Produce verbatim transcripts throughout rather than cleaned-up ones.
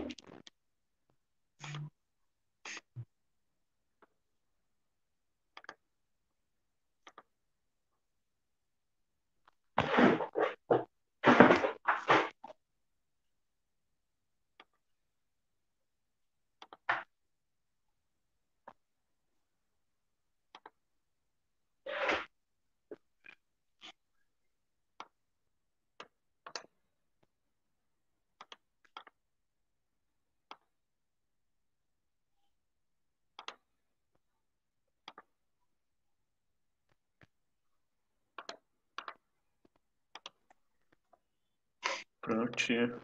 Prontinho.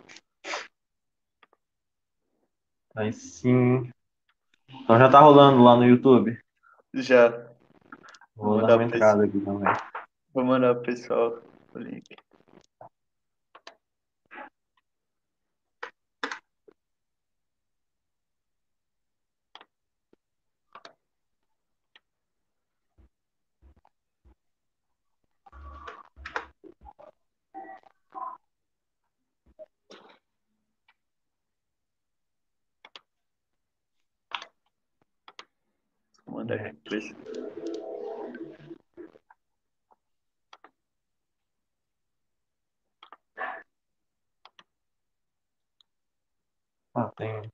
Aí sim. Então já tá rolando lá no YouTube. Já. Vou Vou dar mandar uma pro pessoal. entrada aqui também. Vou mandar pro pessoal o link. Vou mandar aqui É. pro pessoal. Ah, tem.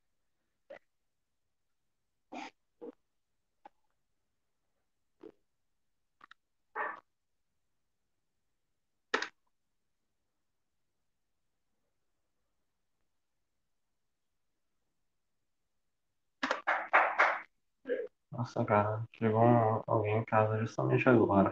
Nossa, cara, chegou um- alguém em casa justamente agora.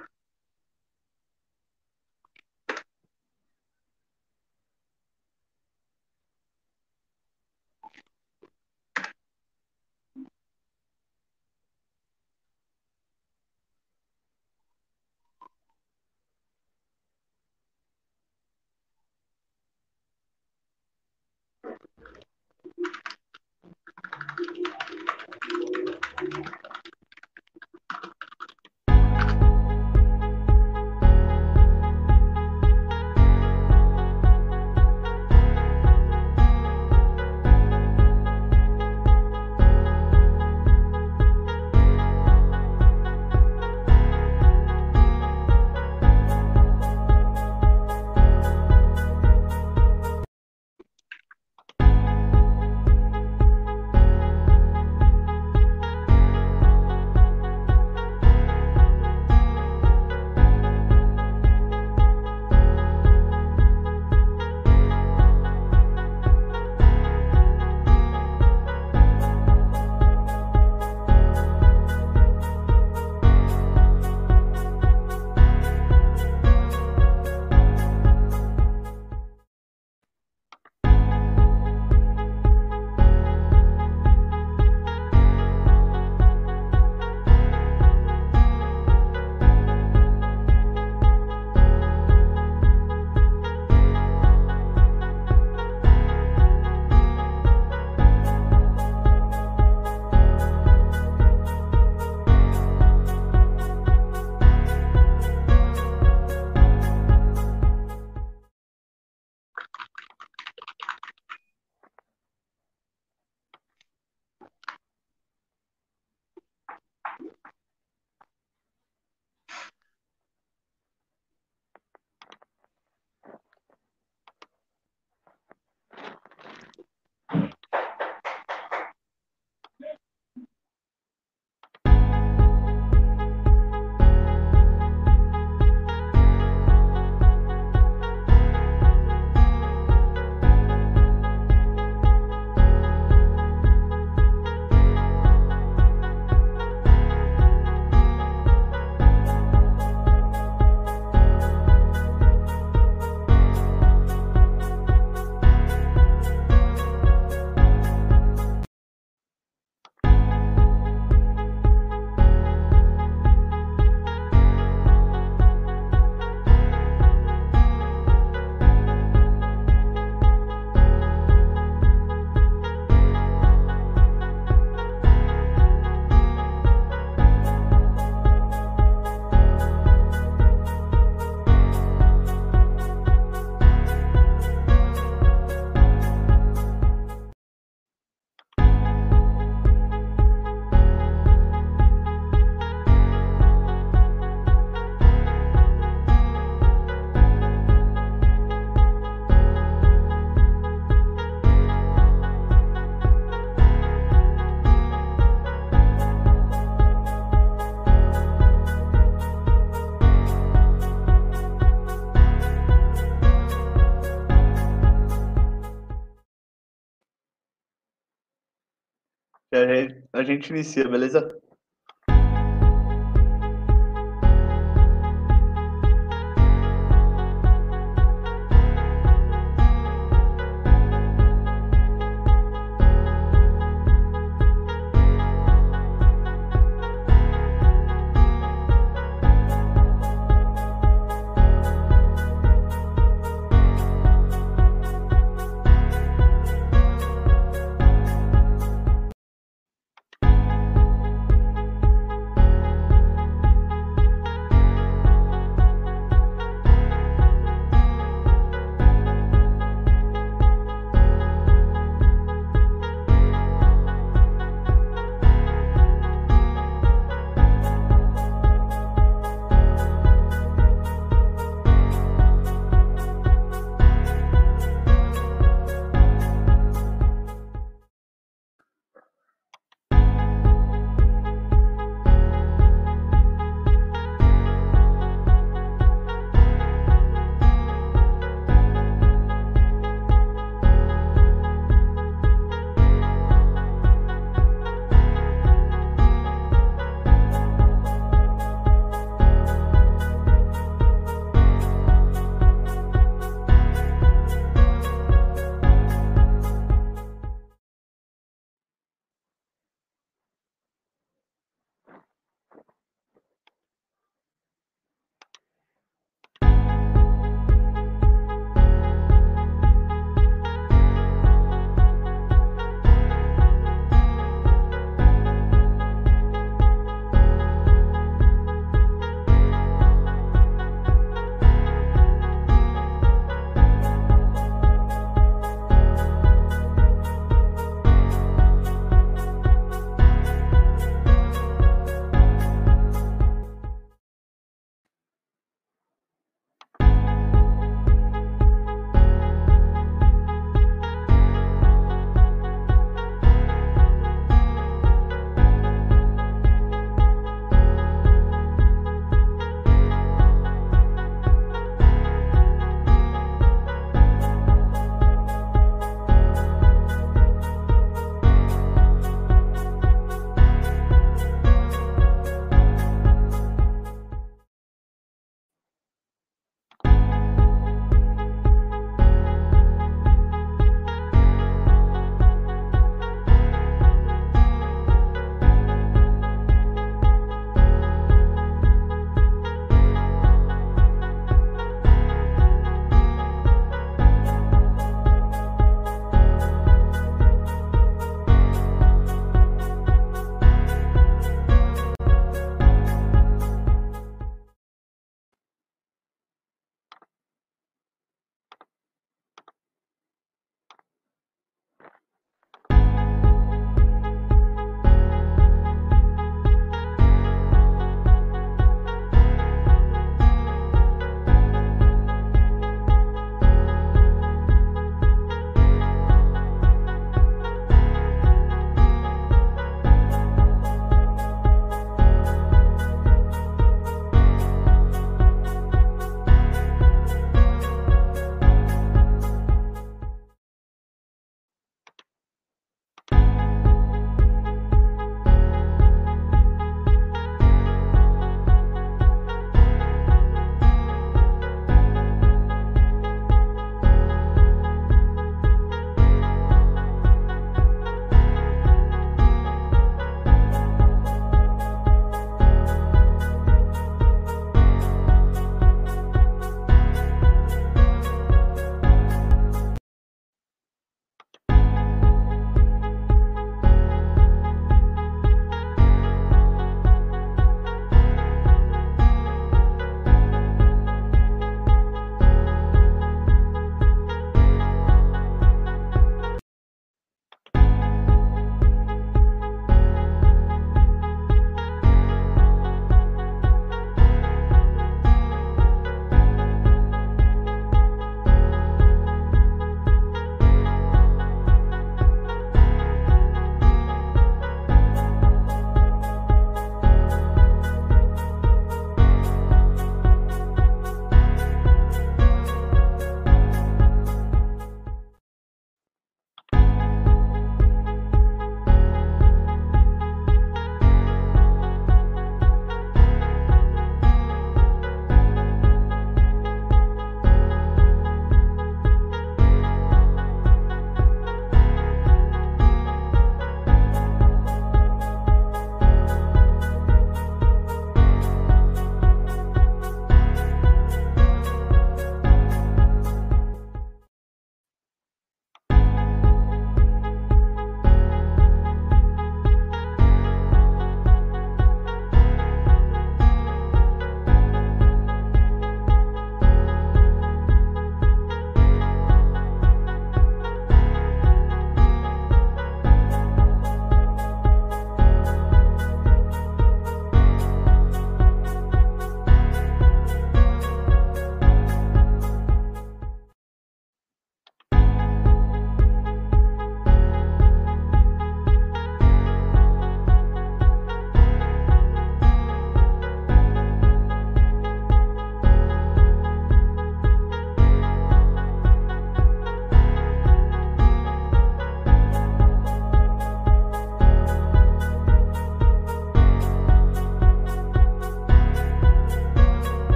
A gente, a gente inicia, beleza?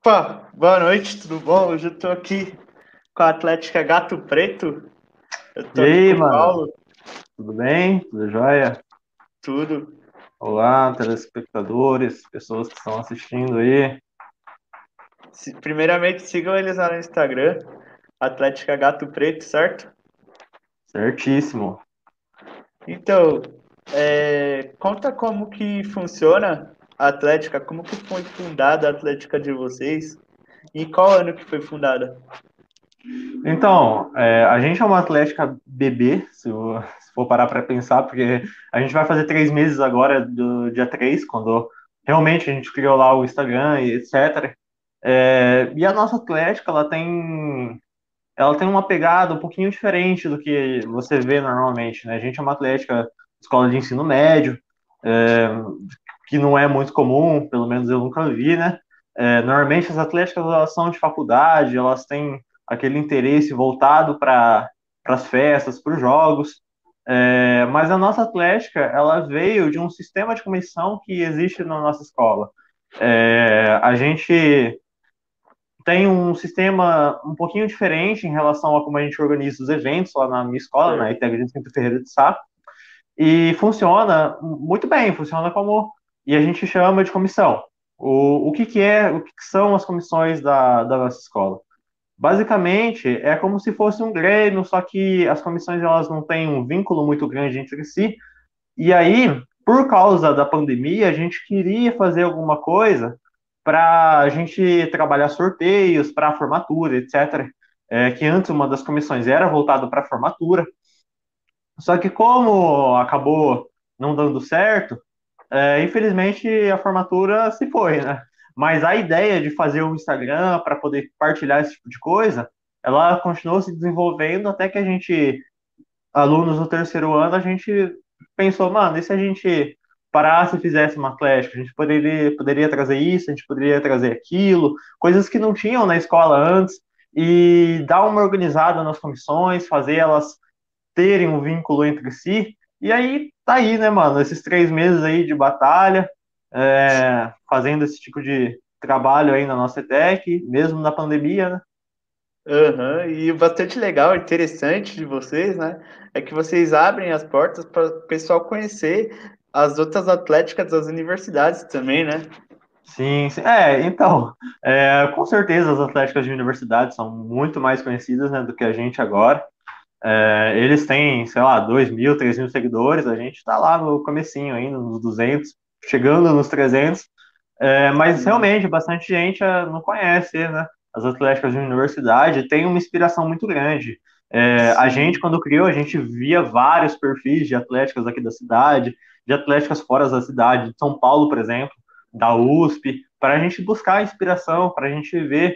Opa, boa noite, tudo bom? Hoje eu tô aqui com a Atlética Gato Preto. Eu E tô aqui aí, com o mano? Paulo, Tudo bem? Tudo jóia? tudo. Olá, telespectadores, pessoas que estão assistindo aí. Se- Primeiramente, sigam eles lá no Instagram, Atlética Gato Preto, certo? Certíssimo. Então, é, conta como que funciona a Atlética, como que foi fundada a Atlética de vocês e qual ano que foi fundada? Então, é, a gente é uma Atlética bebê, se, eu- se for parar para pensar, porque a gente vai fazer três meses agora, do dia três, quando realmente a gente criou lá o Instagram e etcétera. É, e a nossa Atlética, ela tem, ela tem uma pegada um pouquinho diferente do que você vê normalmente, né? A gente é uma Atlética escola de ensino médio, é, que não é muito comum, pelo menos eu nunca vi, né? É, normalmente as atléticas elas são de faculdade, elas têm aquele interesse voltado para as festas, para os jogos. É, mas a nossa atlética ela veio de um sistema de comissão que existe na nossa escola. É, a gente tem um sistema um pouquinho diferente em relação a como a gente organiza os eventos lá na minha escola, na Certo. I T E G de Cinto Ferreira de Sá. E funciona muito bem, funciona como. E a gente chama de comissão. O, o que, que é, o que, que são as comissões da, da nossa escola? Basicamente, é como se fosse um grêmio, só que as comissões elas não têm um vínculo muito grande entre si. E aí, por causa da pandemia, a gente queria fazer alguma coisa para a gente trabalhar sorteios para a formatura, etcétera. É, que antes uma das comissões era voltada para a formatura, só que como acabou não dando certo, é, infelizmente a formatura se foi, né? Mas a ideia de fazer um Instagram para poder compartilhar esse tipo de coisa, ela continuou se desenvolvendo até que a gente, alunos do terceiro ano, a gente pensou, mano, e se a gente parasse e fizesse uma atlética? A gente poderia, poderia trazer isso, a gente poderia trazer aquilo, coisas que não tinham na escola antes, e dar uma organizada nas comissões, fazer elas terem um vínculo entre si. E aí tá aí, né, mano? Esses três meses aí de batalha, é, fazendo esse tipo de trabalho aí na nossa E T E C, mesmo na pandemia, né? Aham, e o bastante legal, interessante de vocês, né? É que vocês abrem as portas para o pessoal conhecer as outras atléticas das universidades também, né? Sim, sim. É, então, é, com certeza as atléticas de universidade são muito mais conhecidas, né, do que a gente agora. É, eles têm, sei lá, dois mil, três mil seguidores, a gente tá lá no comecinho ainda, nos duzentos, chegando nos trezentos. É, mas Sim, realmente, bastante gente ah, não conhece, né? As atléticas de universidade têm uma inspiração muito grande. É, a gente, sim, quando criou, a gente via vários perfis de atléticas aqui da cidade, de atléticas fora da cidade, de São Paulo, por exemplo, da U S P, para a gente buscar inspiração, para a gente ver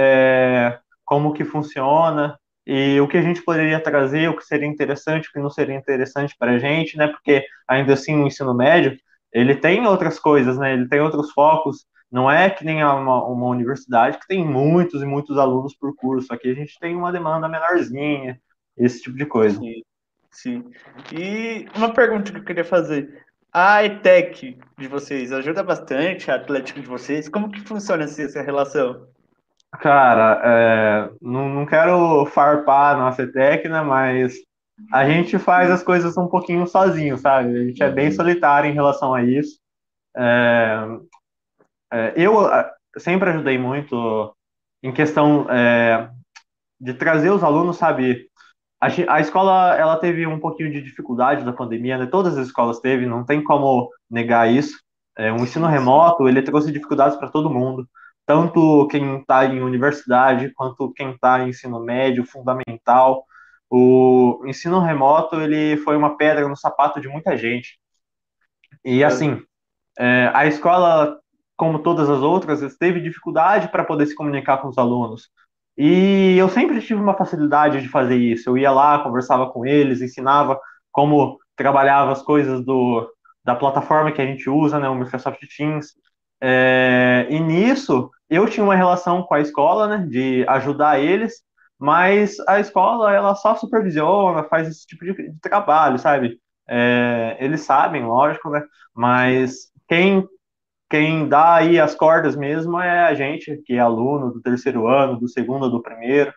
é, como que funciona e o que a gente poderia trazer, o que seria interessante, o que não seria interessante para a gente, né? Porque ainda assim o ensino médio ele tem outras coisas, né? Ele tem outros focos. Não é que nem uma, uma universidade que tem muitos e muitos alunos por curso. Aqui a gente tem uma demanda menorzinha, esse tipo de coisa. sim, sim. E uma pergunta que eu queria fazer. A E T E C de vocês ajuda bastante a atlética de vocês? Como que funciona assim, essa relação? Cara, é, não, não quero farpar a nossa E T E C, né? Mas a gente faz as coisas um pouquinho sozinho, sabe? A gente é bem solitário em relação a isso. É, é, eu ah, sempre ajudei muito em questão é, de trazer os alunos, sabe? A, ge- a escola ela teve um pouquinho de dificuldade da pandemia, né? Todas as escolas teve, não tem como negar isso. É, um ensino Sim, sim. remoto ele trouxe dificuldades para todo mundo, tanto quem está em universidade quanto quem está em ensino médio, fundamental. O ensino remoto ele foi uma pedra no sapato de muita gente. E assim, Aham. é, a escola, como todas as outras, teve dificuldade para poder se comunicar com os alunos. E eu sempre tive uma facilidade de fazer isso. Eu ia lá, conversava com eles, ensinava como trabalhava as coisas do, da plataforma que a gente usa, né, o Microsoft Teams. É, e nisso, eu tinha uma relação com a escola, né, de ajudar eles, mas a escola, ela só supervisiona, faz esse tipo de, de trabalho, sabe? É, eles sabem, lógico, né? Mas quem quem dá aí as cordas mesmo é a gente, que é aluno do terceiro ano, do segundo, do primeiro.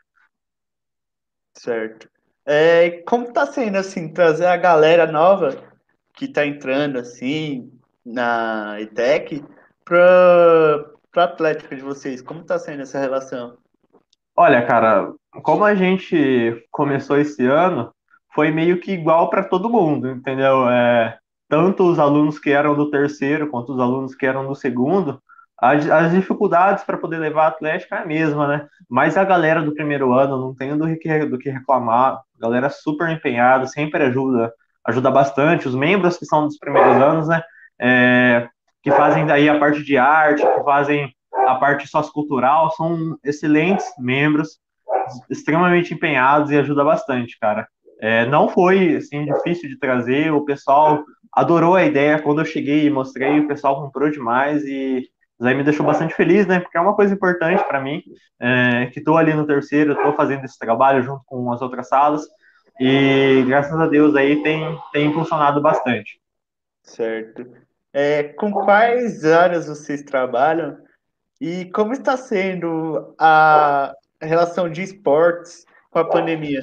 Certo. É, como tá sendo, assim, trazer a galera nova que tá entrando, assim, na ETEC para para Atlética de vocês? Como tá sendo essa relação? Olha, cara, como a gente começou esse ano, foi meio que igual para todo mundo, entendeu? É, tanto os alunos que eram do terceiro quanto os alunos que eram do segundo, as, as dificuldades para poder levar a Atlética é a mesma, né? Mas a galera do primeiro ano não tem do que, do que reclamar, a galera super empenhada, sempre ajuda, ajuda bastante. Os membros que são dos primeiros anos, né? É, que fazem daí a parte de arte, que fazem a parte sociocultural, são excelentes membros, extremamente empenhados e ajuda bastante, cara. É, não foi assim difícil de trazer, o pessoal adorou a ideia. Quando eu cheguei e mostrei, o pessoal comprou demais e isso aí me deixou bastante feliz, né? Porque é uma coisa importante para mim, é, que estou ali no terceiro, estou fazendo esse trabalho junto com as outras salas e graças a Deus aí tem, tem impulsionado bastante. Certo. É, com quais áreas vocês trabalham e como está sendo a relação de esportes com a pandemia?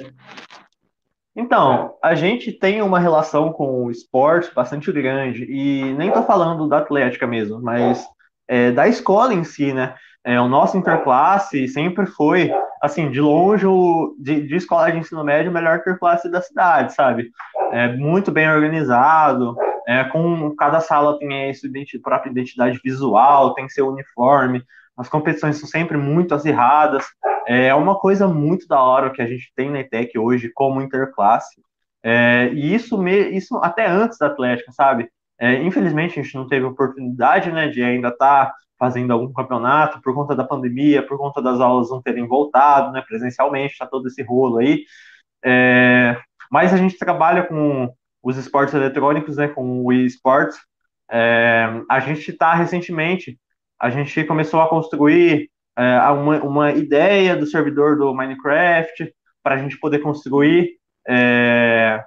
Então, a gente tem uma relação com o esporte bastante grande, e nem tô falando da Atlética mesmo, mas é, da escola em si, né? É, o nosso interclasse sempre foi, assim, de longe, o, de, de escola de ensino médio, o melhor interclasse da cidade, sabe? É muito bem organizado, é, com cada sala tem a sua identi- própria identidade visual, tem seu uniforme, as competições são sempre muito acirradas. É uma coisa muito da hora que a gente tem na ETEC hoje como interclasse. É, e isso, me, isso até antes da Atlética, sabe? É, infelizmente a gente não teve oportunidade, né, de ainda estar tá fazendo algum campeonato por conta da pandemia, por conta das aulas não terem voltado, né, presencialmente, tá todo esse rolo aí. É, mas a gente trabalha com os esportes eletrônicos, né, com o eSports. É, a gente está recentemente, a gente começou a construir é, uma, uma ideia do servidor do Minecraft para a gente poder construir é,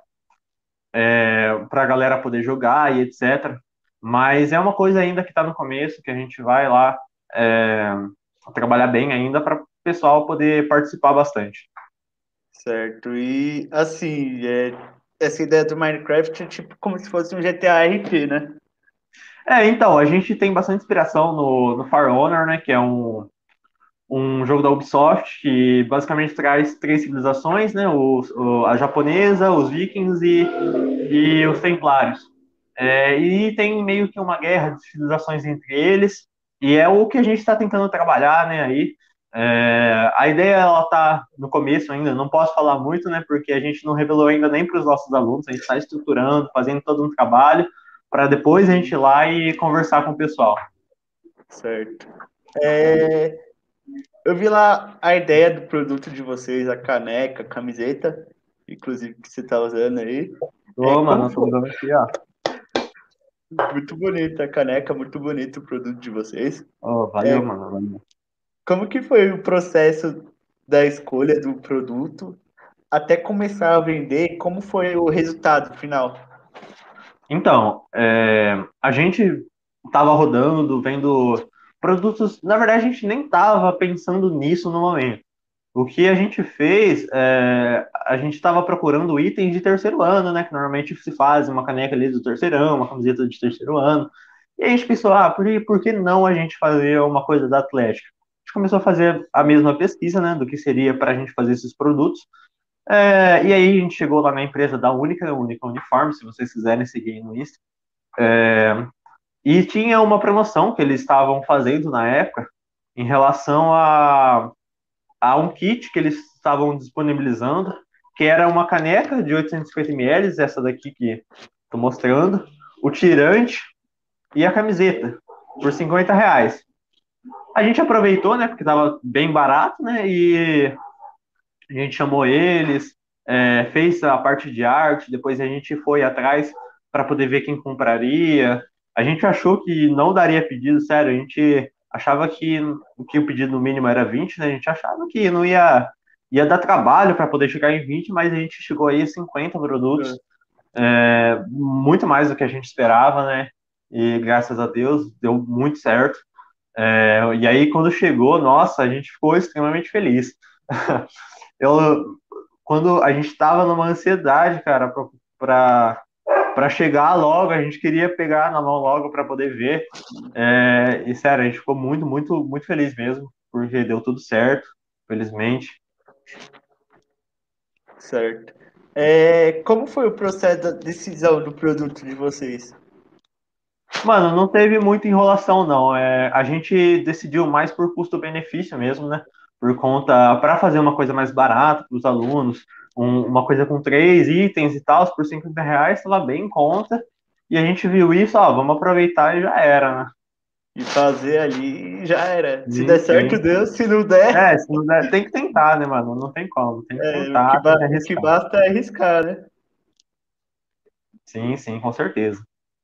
é, para a galera poder jogar e etcétera. Mas é uma coisa ainda que está no começo, que a gente vai lá é, trabalhar bem ainda para o pessoal poder participar bastante. Certo. E assim, é, essa ideia do Minecraft é tipo como se fosse um G T A R P, né? É, então, a gente tem bastante inspiração no, no For Honor, né, que é um, um jogo da Ubisoft que basicamente traz três civilizações, né, o, o- a japonesa, os vikings e, e os templários. É, e tem meio que uma guerra de civilizações entre eles, e é o que a gente está tentando trabalhar, né, aí. É, a ideia, ela tá no começo ainda, não posso falar muito, né, porque a gente não revelou ainda nem para os nossos alunos, a gente está estruturando, fazendo todo um trabalho, para depois a gente ir lá e conversar com o pessoal. Certo. É, eu vi lá a ideia do produto de vocês, a caneca, a camiseta, inclusive que você está usando aí. É, Ô, mano, como eu tô foi? mudando aqui, ó. Muito bonita a caneca, muito bonito o produto de vocês. Ô, valeu, É, mano, valeu. como que foi o processo da escolha do produto até começar a vender? Como foi o resultado final? Então, é, a gente estava rodando, vendo produtos. Na verdade, a gente nem estava pensando nisso no momento. O que a gente fez, é, a gente estava procurando itens de terceiro ano, né? Que normalmente se faz uma caneca ali do terceirão, uma camiseta de terceiro ano. E a gente pensou, ah, por, que- por que não a gente fazer uma coisa da Atlética? A gente começou a fazer a mesma pesquisa, né? Do que seria para a gente fazer esses produtos. É, e aí a gente chegou lá na empresa da Única, Única Uniforme, se vocês quiserem seguir no Insta. E tinha uma promoção que eles estavam fazendo na época em relação a, a um kit que eles estavam disponibilizando, que era uma caneca de oitocentos e cinquenta mililitros, essa daqui que estou mostrando, o tirante e a camiseta, por cinquenta reais. A gente aproveitou, né, porque estava bem barato, né, e a gente chamou eles, é, fez a parte de arte, depois a gente foi atrás para poder ver quem compraria. A gente achou que não daria pedido, sério, a gente achava que, que o pedido mínimo era vinte, né? A gente achava que não ia, ia dar trabalho para poder chegar em vinte, mas a gente chegou aí a cinquenta produtos, é, muito mais do que a gente esperava, né? e graças a Deus deu muito certo. É, e aí, quando chegou, nossa, a gente ficou extremamente feliz. Eu, quando a gente estava numa ansiedade, cara, para para chegar logo, a gente queria pegar na mão logo para poder ver. É, e sério, a gente ficou muito, muito, muito feliz mesmo, porque deu tudo certo, felizmente. Certo. É, como foi o processo da decisão do produto de vocês? Mano, não teve muita enrolação, não. É, a gente decidiu mais por custo-benefício mesmo, né? Por conta, para fazer uma coisa mais barata para os alunos, um- uma coisa com três itens e tal, por cinquenta reais, estava bem em conta. E a gente viu isso, ó, vamos aproveitar e já era, né? E fazer ali já era. Se der Sim, certo, sim. deu. Se não der, É, se não der, tem que tentar, né, mano? Não tem como, tem que é, o, que tentar, tem ba- que o que arriscar. basta é arriscar, né? Sim, sim, com certeza.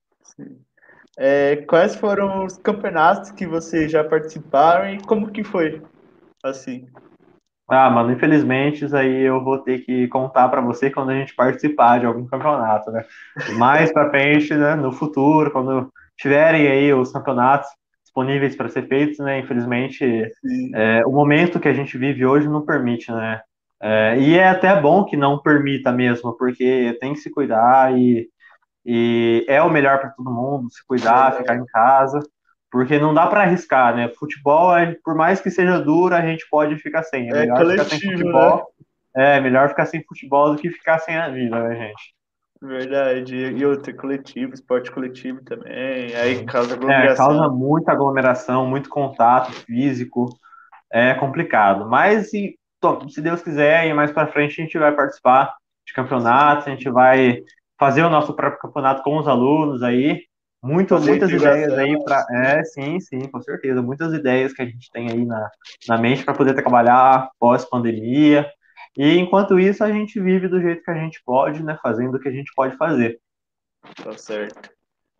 É, quais foram os campeonatos que vocês já participaram e como que foi? Assim. Ah, mano, infelizmente isso aí eu vou ter que contar pra você quando a gente participar de algum campeonato, né? Mais pra frente, né, no futuro, quando tiverem aí os campeonatos disponíveis para ser feitos, né? Infelizmente, Sim. é, o momento que a gente vive hoje não permite, né? É, e é até bom que não permita mesmo, porque tem que se cuidar e E é o melhor para todo mundo, se cuidar, ficar Verdade. em casa, porque não dá para arriscar, né? Futebol, é, por mais que seja duro, a gente pode ficar sem. É É melhor ficar sem coletivo, né? futebol, é melhor ficar sem futebol do que ficar sem a vida, né, gente? Verdade. E outro, coletivo, esporte coletivo também. Aí causa É, causa aglomeração. muita aglomeração, muito contato físico, é complicado. Mas se, to- se Deus quiser, e mais para frente a gente vai participar de campeonatos, a gente vai fazer o nosso próprio campeonato com os alunos aí. Muito, Fazer muitas ideias integração. aí para. É, sim, sim, com certeza. Muitas ideias que a gente tem aí na, na mente para poder trabalhar pós-pandemia. E enquanto isso, a gente vive do jeito que a gente pode, né? Fazendo o que a gente pode fazer. Tá certo.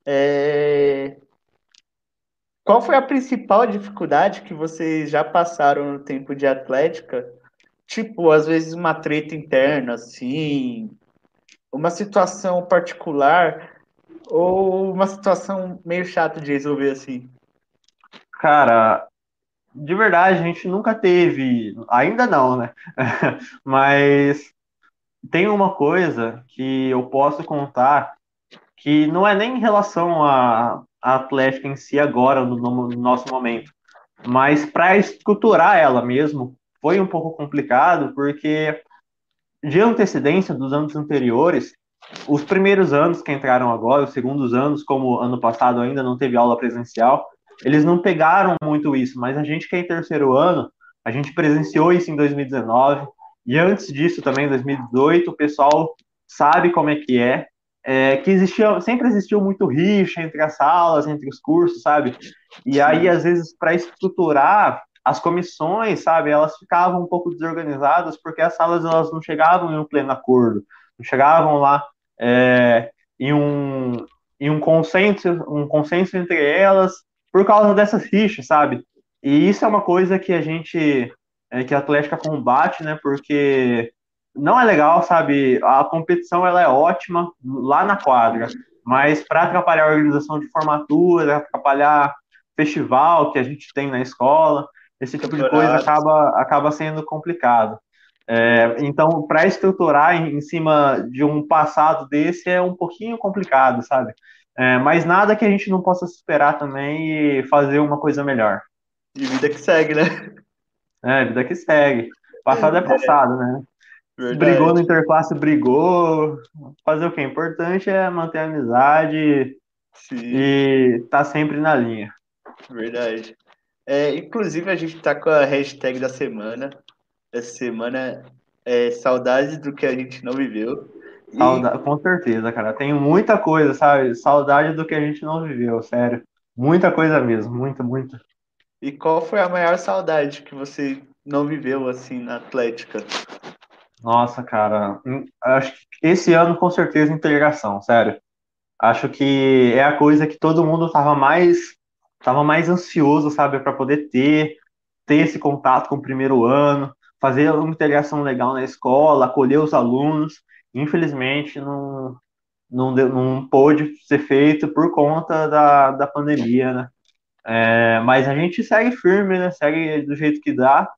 É, qual foi a principal dificuldade que vocês já passaram no tempo de atlética? Tipo, às vezes uma treta interna, assim, uma situação particular ou uma situação meio chata de resolver assim. Cara, de verdade, a gente nunca teve, ainda não, né? Mas tem uma coisa que eu posso contar que não é nem em relação à, à Atlética em si agora, no, no nosso momento, mas para estruturar ela mesmo foi um pouco complicado, porque de antecedência dos anos anteriores, os primeiros anos que entraram agora, os segundos anos, como ano passado ainda não teve aula presencial, eles não pegaram muito isso, mas a gente que é em terceiro ano, a gente presenciou isso em dois mil e dezenove, e antes disso também, em dois mil e dezoito, o pessoal sabe como é que é, é que existia, sempre existiu muito rixa entre as salas, entre os cursos, sabe? E aí, Sim, às vezes, para estruturar as comissões, sabe, elas ficavam um pouco desorganizadas porque as salas elas não chegavam em um pleno acordo, não chegavam lá é, em um em um consenso, um consenso entre elas por causa dessas rixas, sabe? E isso é uma coisa que a gente é, que a Atlética combate, né? Porque não é legal, sabe? A competição ela é ótima lá na quadra, mas para atrapalhar a organização de formatura, atrapalhar festival que a gente tem na escola, esse tipo de coisa campeonatos, acaba, acaba sendo complicado. É, verdade. então, para estruturar em, em cima de um passado desse é um pouquinho complicado, sabe? É, mas nada que a gente não possa superar também e fazer uma coisa melhor. E vida que segue, né? É, vida que segue. Passado é passado, né? Se brigou no Verdade. interclasse, brigou. Fazer o que é importante é manter a amizade Sim, e estar tá sempre na linha. verdade. É, inclusive, a gente tá com a hashtag da semana. Essa semana é saudades do que a gente não viveu. E, Saudade, com certeza, cara. Tenho muita coisa, sabe? Saudade do que a gente não viveu, sério. Muita coisa mesmo, muita, muita. e qual foi a maior saudade que você não viveu assim na Atlética? Nossa, cara. hum, Acho que esse ano, com certeza, integração, sério. Acho que é a coisa que todo mundo tava mais, tava mais ansioso, sabe, para poder ter, ter esse contato com o primeiro ano, fazer uma integração legal na escola, acolher os alunos. Infelizmente, não. não, deu, não pôde ser feito por conta da, da pandemia, né? É, mas a gente segue firme, né? Segue do jeito que dá.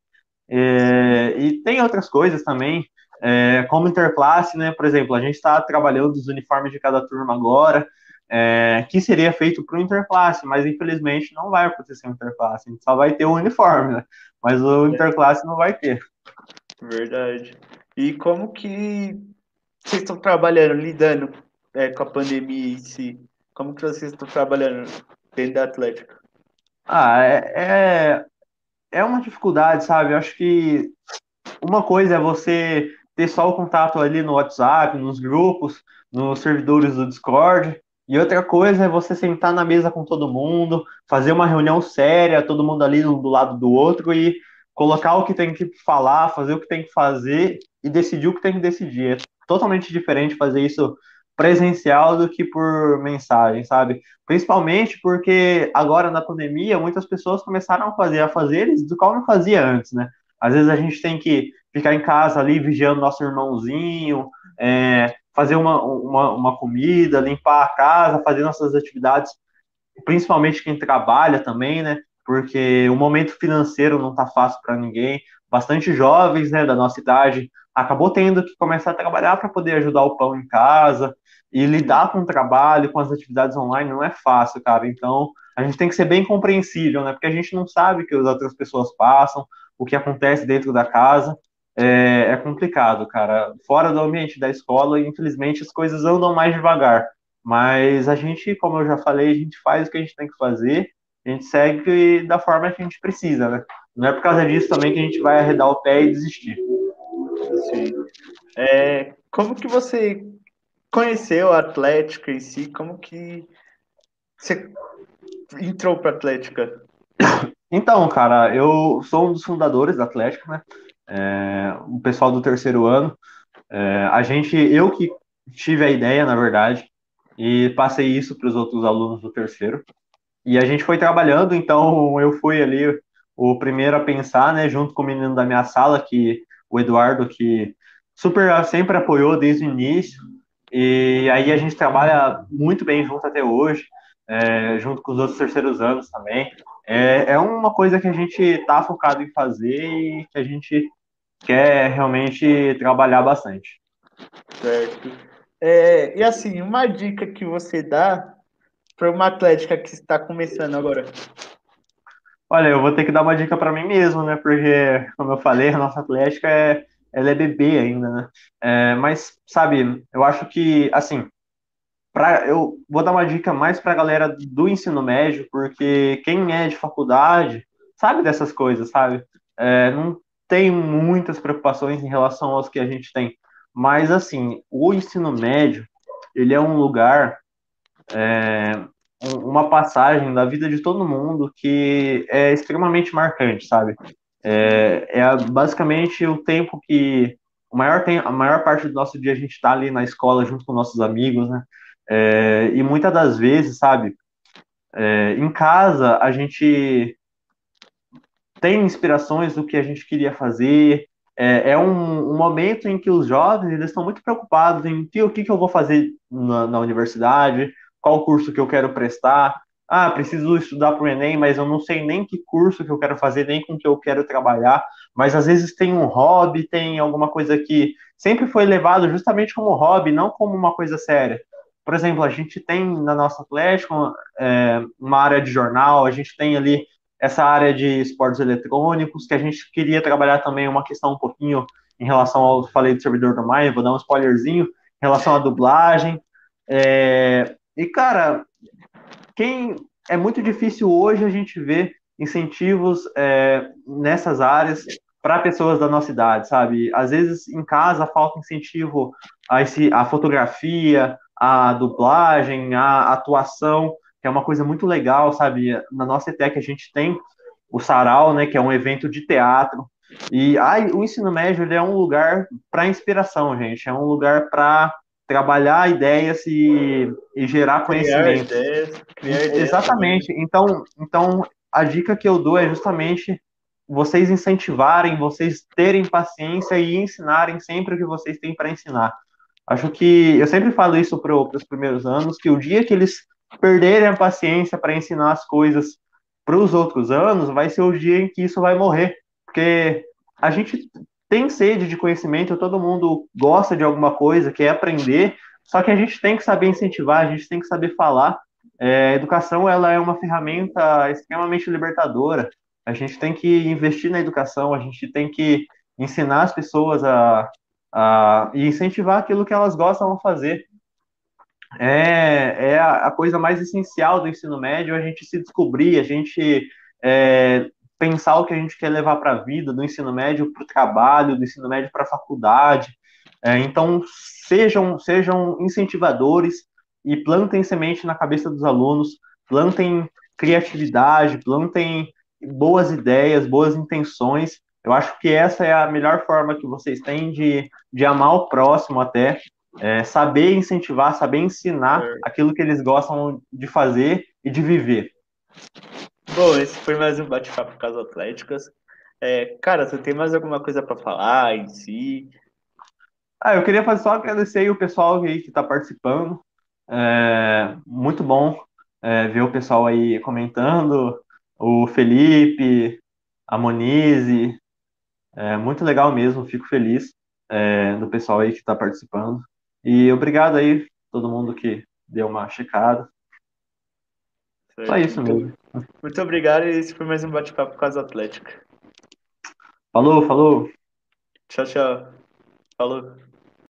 É, e tem outras coisas também, é, como interclasse, né? Por exemplo, a gente está trabalhando os uniformes de cada turma agora, é, que seria feito para o interclasse, mas infelizmente não vai acontecer o interclasse, a gente só vai ter o uniforme, né? Mas o interclasse não vai ter. Verdade. E como que vocês estão trabalhando, lidando é, com a pandemia em si? Como que vocês estão trabalhando dentro da Atlética? Ah, é, é, é uma dificuldade, sabe? Eu acho que uma coisa é você ter só o contato ali no WhatsApp, nos grupos, nos servidores do Discord, e outra coisa é você sentar na mesa com todo mundo, fazer uma reunião séria, todo mundo ali um do lado do outro e colocar o que tem que falar, fazer o que tem que fazer e decidir o que tem que decidir. É totalmente diferente fazer isso presencial do que por mensagem, sabe? Principalmente porque agora na pandemia muitas pessoas começaram a fazer afazeres do qual não fazia antes, né? Às vezes a gente tem que ficar em casa ali vigiando nosso irmãozinho, é, fazer uma, uma, uma comida, limpar a casa, fazer nossas atividades, principalmente quem trabalha também, né? Porque o momento financeiro não tá fácil para ninguém. Bastante jovens, né, da nossa idade, acabou tendo que começar a trabalhar para poder ajudar o pão em casa e Sim, lidar com o trabalho, com as atividades online não é fácil, cara. Então, a gente tem que ser bem compreensível, né? Porque a gente não sabe o que as outras pessoas passam, o que acontece dentro da casa. É, é complicado, cara. Fora do ambiente da escola, infelizmente, as coisas andam mais devagar. Mas a gente, como eu já falei, a gente faz o que a gente tem que fazer, a gente segue da forma que a gente precisa, né? Não é por causa disso também que a gente vai arredar o pé e desistir. sim. É, como que você conheceu a Atlética em si? Como que você entrou para a Atlética? Então, cara, eu sou um dos fundadores da Atlética, né? É, o pessoal do terceiro ano. É, a gente, eu que tive a ideia, na verdade, e passei isso para os outros alunos do terceiro. E a gente foi trabalhando, então eu fui ali o primeiro a pensar, né, junto com o menino da minha sala, que o Eduardo, que super sempre apoiou desde o início. E aí a gente trabalha muito bem junto até hoje, é, junto com os outros terceiros anos também. É, é uma coisa que a gente está focado em fazer e que a gente quer realmente trabalhar bastante. Certo. É, e assim, uma dica que você dá para uma Atlética que está começando agora? Olha, eu vou ter que dar uma dica para mim mesmo, né? Porque, como eu falei, a nossa Atlética é, ela é bebê ainda, né? É, mas, sabe, eu acho que, assim, pra, eu vou dar uma dica mais para a galera do ensino médio, porque quem é de faculdade sabe dessas coisas, sabe? É, não tem muitas preocupações em relação aos que a gente tem. Mas, assim, o ensino médio, ele é um lugar um- uma passagem da vida de todo mundo que é extremamente marcante, sabe? É, é a- basicamente o tempo que o maior tem, a maior parte do nosso dia a gente está ali na escola junto com nossos amigos, né? É, e muitas das vezes, sabe? É, em casa a gente tem inspirações do que a gente queria fazer. É, é um, um momento em que os jovens eles estão muito preocupados em que, o que, que eu vou fazer na, na universidade, qual curso que eu quero prestar. Ah, preciso estudar para o Enem, mas eu não sei nem que curso que eu quero fazer, nem com que eu quero trabalhar. Mas às vezes tem um hobby, tem alguma coisa que sempre foi levado justamente como hobby, não como uma coisa séria. Por exemplo, a gente tem na nossa Atlético é, uma área de jornal, a gente tem ali essa área de esportes eletrônicos, que a gente queria trabalhar também uma questão um pouquinho em relação ao, falei do servidor do Maia, vou dar um spoilerzinho, em relação à dublagem. É, e, cara, quem é muito difícil hoje a gente ver incentivos é, nessas áreas para pessoas da nossa idade, sabe? Às vezes em casa falta incentivo a, esse, a fotografia, a dublagem, a atuação, que é uma coisa muito legal, sabe? Na nossa E T E C a gente tem o Sarau, né, que é um evento de teatro. E ai, o ensino médio ele é um lugar para inspiração, gente. É um lugar para trabalhar ideias e, e gerar Criar conhecimento. ideias, criar ideias também, né? Exatamente. Então, então, a dica que eu dou é justamente vocês incentivarem, vocês terem paciência e ensinarem sempre o que vocês têm para ensinar. Acho que eu sempre falo isso para os primeiros anos, que o dia que eles perderem a paciência para ensinar as coisas para os outros anos, vai ser o dia em que isso vai morrer. Porque a gente tem sede de conhecimento, todo mundo gosta de alguma coisa, quer aprender, só que a gente tem que saber incentivar, a gente tem que saber falar. É, a educação ela é uma ferramenta extremamente libertadora. A gente tem que investir na educação, a gente tem que ensinar as pessoas a, a e incentivar aquilo que elas gostam de fazer. É, é a, a coisa mais essencial do ensino médio, a gente se descobrir, a gente é, pensar o que a gente quer levar para a vida, do ensino médio para o trabalho, do ensino médio para a faculdade. É, então, sejam, sejam incentivadores e plantem semente na cabeça dos alunos, plantem criatividade, plantem boas ideias, boas intenções. Eu acho que essa é a melhor forma que vocês têm de, de amar o próximo até, é, saber incentivar, saber ensinar aquilo que eles gostam de fazer e de viver. Bom, esse foi mais um bate-papo com as Atléticas. É, cara, você tem mais alguma coisa para falar em si? Ah, eu queria fazer só agradecer aí o pessoal aí que está participando. É, muito bom é, ver o pessoal aí comentando, o Felipe, a Monize, é muito legal mesmo, fico feliz é, do pessoal aí que está participando. E obrigado aí todo mundo que deu uma checada. Só Certo. isso Muito, mesmo. muito obrigado. E esse foi mais um bate-papo com as Atléticas. Falou, falou. Tchau, tchau. Falou.